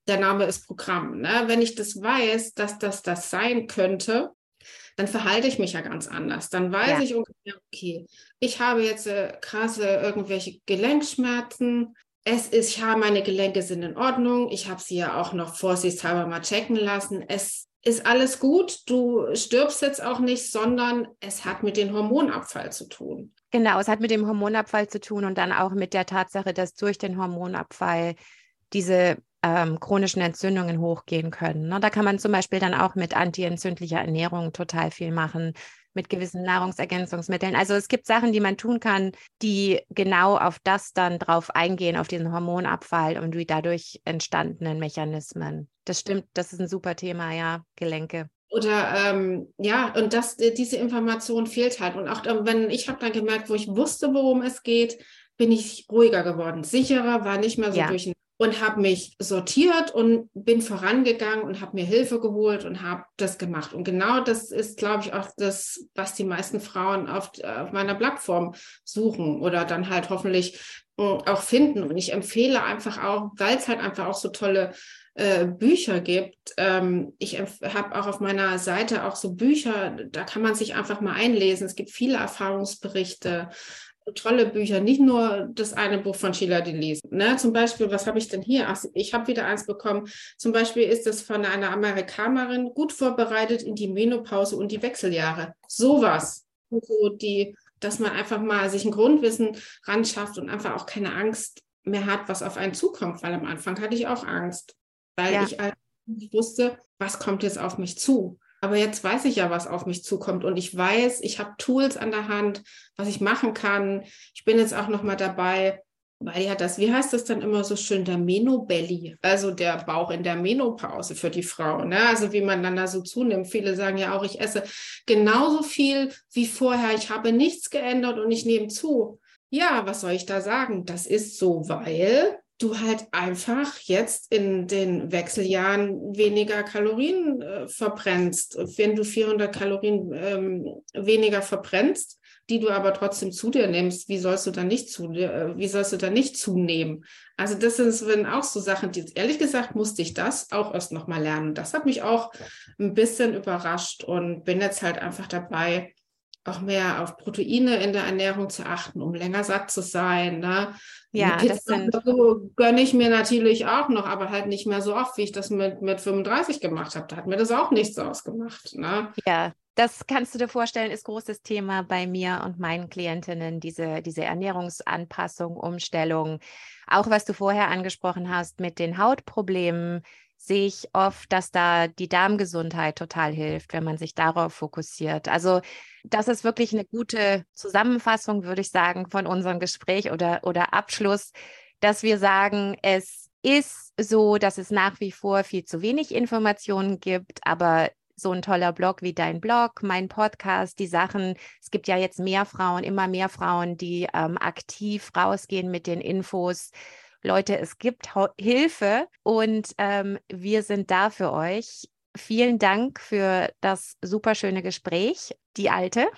der Name ist Programm. Ne? Wenn ich das weiß, dass das das sein könnte, dann verhalte ich mich ja ganz anders. Dann weiß Ja. ich ungefähr, okay, ich habe jetzt äh, krasse irgendwelche Gelenkschmerzen. Es ist, ich habe, meine Gelenke sind in Ordnung. Ich habe sie ja auch noch vorsichtshalber mal checken lassen. Es ist alles gut. Du stirbst jetzt auch nicht, sondern es hat mit dem Hormonabfall zu tun. Genau, es hat mit dem Hormonabfall zu tun und dann auch mit der Tatsache, dass durch den Hormonabfall diese ähm, chronischen Entzündungen hochgehen können. Ne? Da kann man zum Beispiel dann auch mit antientzündlicher Ernährung total viel machen, mit gewissen Nahrungsergänzungsmitteln. Also es gibt Sachen, die man tun kann, die genau auf das dann drauf eingehen, auf diesen Hormonabfall und die dadurch entstandenen Mechanismen. Das stimmt, das ist ein super Thema, ja, Gelenke. Oder ähm, ja, und das, diese Information fehlt halt. Und auch wenn ich habe dann gemerkt, wo ich wusste, worum es geht, bin ich ruhiger geworden, sicherer, war nicht mehr so Ja. durch und habe mich sortiert und bin vorangegangen und habe mir Hilfe geholt und habe das gemacht. Und genau das ist, glaube ich, auch das, was die meisten Frauen auf, auf meiner Plattform suchen oder dann halt hoffentlich äh, auch finden. Und ich empfehle einfach auch, weil es halt einfach auch so tolle äh, Bücher gibt. Ähm, ich habe auch auf meiner Seite auch so Bücher, da kann man sich einfach mal einlesen. Es gibt viele Erfahrungsberichte, tolle Bücher, nicht nur das eine Buch von Sheila Delis. Ne? Zum Beispiel, was habe ich denn hier? Ach, ich habe wieder eins bekommen. Zum Beispiel ist es von einer Amerikanerin, gut vorbereitet in die Menopause und die Wechseljahre. Sowas. So die, dass man einfach mal sich ein Grundwissen ran schafft und einfach auch keine Angst mehr hat, was auf einen zukommt. Weil am Anfang hatte ich auch Angst, weil Ja. ich nicht wusste, was kommt jetzt auf mich zu. Aber jetzt weiß ich ja, was auf mich zukommt und ich weiß, ich habe Tools an der Hand, was ich machen kann. Ich bin jetzt auch noch mal dabei, weil ja das, wie heißt das dann immer so schön, der Menobelly, also der Bauch in der Menopause für die Frau, ne? Also wie man dann da so zunimmt. Viele sagen ja auch, ich esse genauso viel wie vorher, ich habe nichts geändert und ich nehme zu. Ja, was soll ich da sagen? Das ist so, weil du halt einfach jetzt in den Wechseljahren weniger Kalorien äh, verbrennst. Wenn du vierhundert Kalorien ähm, weniger verbrennst, die du aber trotzdem zu dir nimmst, wie sollst du dann nicht zu dir, äh, wie sollst du dann nicht zunehmen? Also das sind auch so Sachen, die, ehrlich gesagt, musste ich das auch erst nochmal lernen. Das hat mich auch ein bisschen überrascht und bin jetzt halt einfach dabei, auch mehr auf Proteine in der Ernährung zu achten, um länger satt zu sein. Ne? Ja, Eine das Pizza sind so gönne ich mir natürlich auch noch, aber halt nicht mehr so oft, wie ich das mit, mit fünfunddreißig gemacht habe. Da hat mir das auch nichts ausgemacht. Ne? Ja, das kannst du dir vorstellen, ist großes Thema bei mir und meinen Klientinnen, diese, diese Ernährungsanpassung, Umstellung. Auch was du vorher angesprochen hast mit den Hautproblemen, sehe ich oft, dass da die Darmgesundheit total hilft, wenn man sich darauf fokussiert. Also das ist wirklich eine gute Zusammenfassung, würde ich sagen, von unserem Gespräch oder, oder Abschluss, dass wir sagen, es ist so, dass es nach wie vor viel zu wenig Informationen gibt, aber so ein toller Blog wie dein Blog, mein Podcast, die Sachen, es gibt ja jetzt mehr Frauen, immer mehr Frauen, die ähm, aktiv rausgehen mit den Infos. Leute, es gibt Ho- Hilfe und ähm, wir sind da für euch. Vielen Dank für das super schöne Gespräch, die Alte.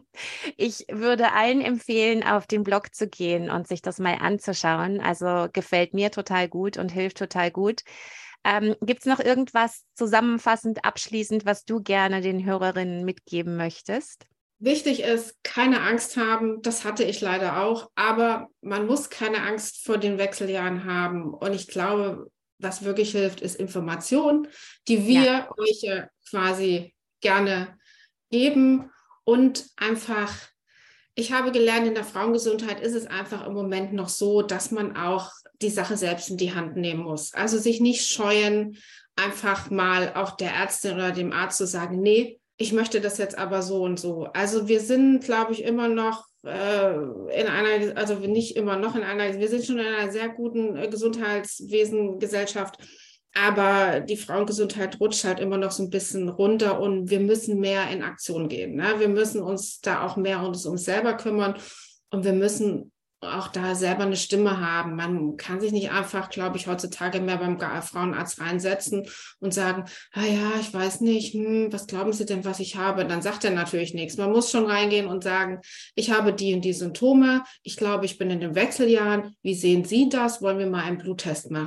Ich würde allen empfehlen, auf den Blog zu gehen und sich das mal anzuschauen. Also gefällt mir total gut und hilft total gut. Ähm, gibt es noch irgendwas zusammenfassend, abschließend, was du gerne den Hörerinnen mitgeben möchtest? Wichtig ist, keine Angst haben. Das hatte ich leider auch. Aber man muss keine Angst vor den Wechseljahren haben. Und ich glaube, was wirklich hilft, ist Information, die wir Ja. euch ja quasi gerne geben und einfach, ich habe gelernt, in der Frauengesundheit ist es einfach im Moment noch so, dass man auch die Sache selbst in die Hand nehmen muss. Also sich nicht scheuen, einfach mal auch der Ärztin oder dem Arzt zu sagen, nee, ich möchte das jetzt aber so und so. Also wir sind, glaube ich, immer noch äh, in einer, also nicht immer noch in einer, wir sind schon in einer sehr guten äh, Gesundheitswesengesellschaft, aber die Frauengesundheit rutscht halt immer noch so ein bisschen runter und wir müssen mehr in Aktion gehen. Ne? Wir müssen uns da auch mehr uns, uns selber kümmern und wir müssen auch da selber eine Stimme haben. Man kann sich nicht einfach, glaube ich, heutzutage mehr beim Frauenarzt reinsetzen und sagen, ah ja, ich weiß nicht, hm, was glauben Sie denn, was ich habe? Dann sagt er natürlich nichts. Man muss schon reingehen und sagen, ich habe die und die Symptome. Ich glaube, ich bin in den Wechseljahren. Wie sehen Sie das? Wollen wir mal einen Bluttest machen?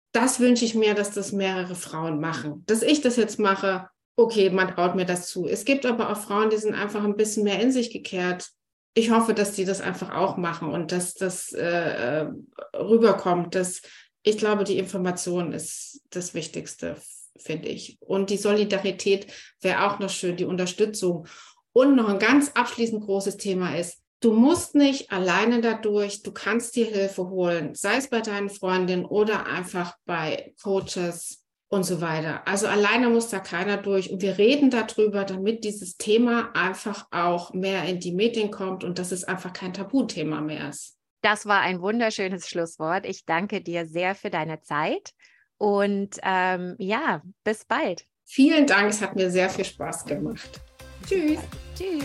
das wünsche ich mir, dass das mehrere Frauen machen. Dass ich das jetzt mache, okay, man traut mir das zu. Es gibt aber auch Frauen, die sind einfach ein bisschen mehr in sich gekehrt. Ich hoffe, dass die das einfach auch machen und dass das äh, rüberkommt. Dass, ich glaube, die Information ist das Wichtigste, finde ich. Und die Solidarität wäre auch noch schön, die Unterstützung. Und noch ein ganz abschließend großes Thema ist, du musst nicht alleine dadurch, du kannst dir Hilfe holen, sei es bei deinen Freundinnen oder einfach bei Coaches und so weiter. Also alleine muss da keiner durch. Und wir reden darüber, damit dieses Thema einfach auch mehr in die Medien kommt und dass es einfach kein Tabuthema mehr ist. Das war ein wunderschönes Schlusswort. Ich danke dir sehr für deine Zeit und ähm, ja, bis bald. Vielen Dank, es hat mir sehr viel Spaß gemacht. Tschüss. Tschüss.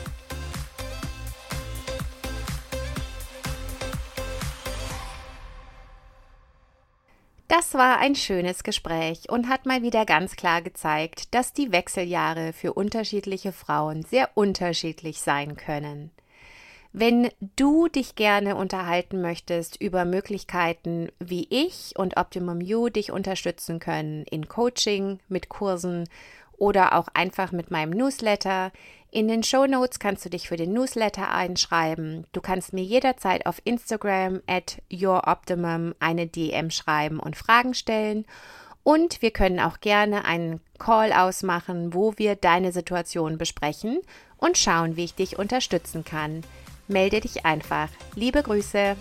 Das war ein schönes Gespräch und hat mal wieder ganz klar gezeigt, dass die Wechseljahre für unterschiedliche Frauen sehr unterschiedlich sein können. Wenn du dich gerne unterhalten möchtest über Möglichkeiten, wie ich und Optimum You dich unterstützen können in Coaching, mit Kursen oder auch einfach mit meinem Newsletter, in den Shownotes kannst du dich für den Newsletter einschreiben. Du kannst mir jederzeit auf Instagram at youroptimum eine D M schreiben und Fragen stellen. Und wir können auch gerne einen Call ausmachen, wo wir deine Situation besprechen und schauen, wie ich dich unterstützen kann. Melde dich einfach. Liebe Grüße.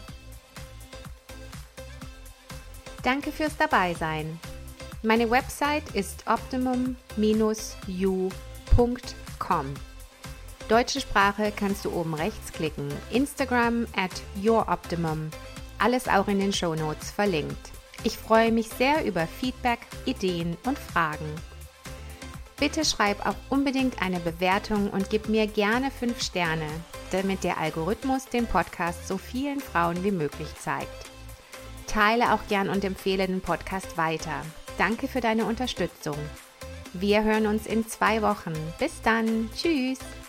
Danke fürs Dabeisein. Meine Website ist optimum Bindestrich you Punkt com. Deutsche Sprache kannst du oben rechts klicken. Instagram at youroptimum. Alles auch in den Shownotes verlinkt. Ich freue mich sehr über Feedback, Ideen und Fragen. Bitte schreib auch unbedingt eine Bewertung und gib mir gerne fünf Sterne, damit der Algorithmus den Podcast so vielen Frauen wie möglich zeigt. Teile auch gern und empfehle den Podcast weiter. Danke für deine Unterstützung. Wir hören uns in zwei Wochen. Bis dann. Tschüss.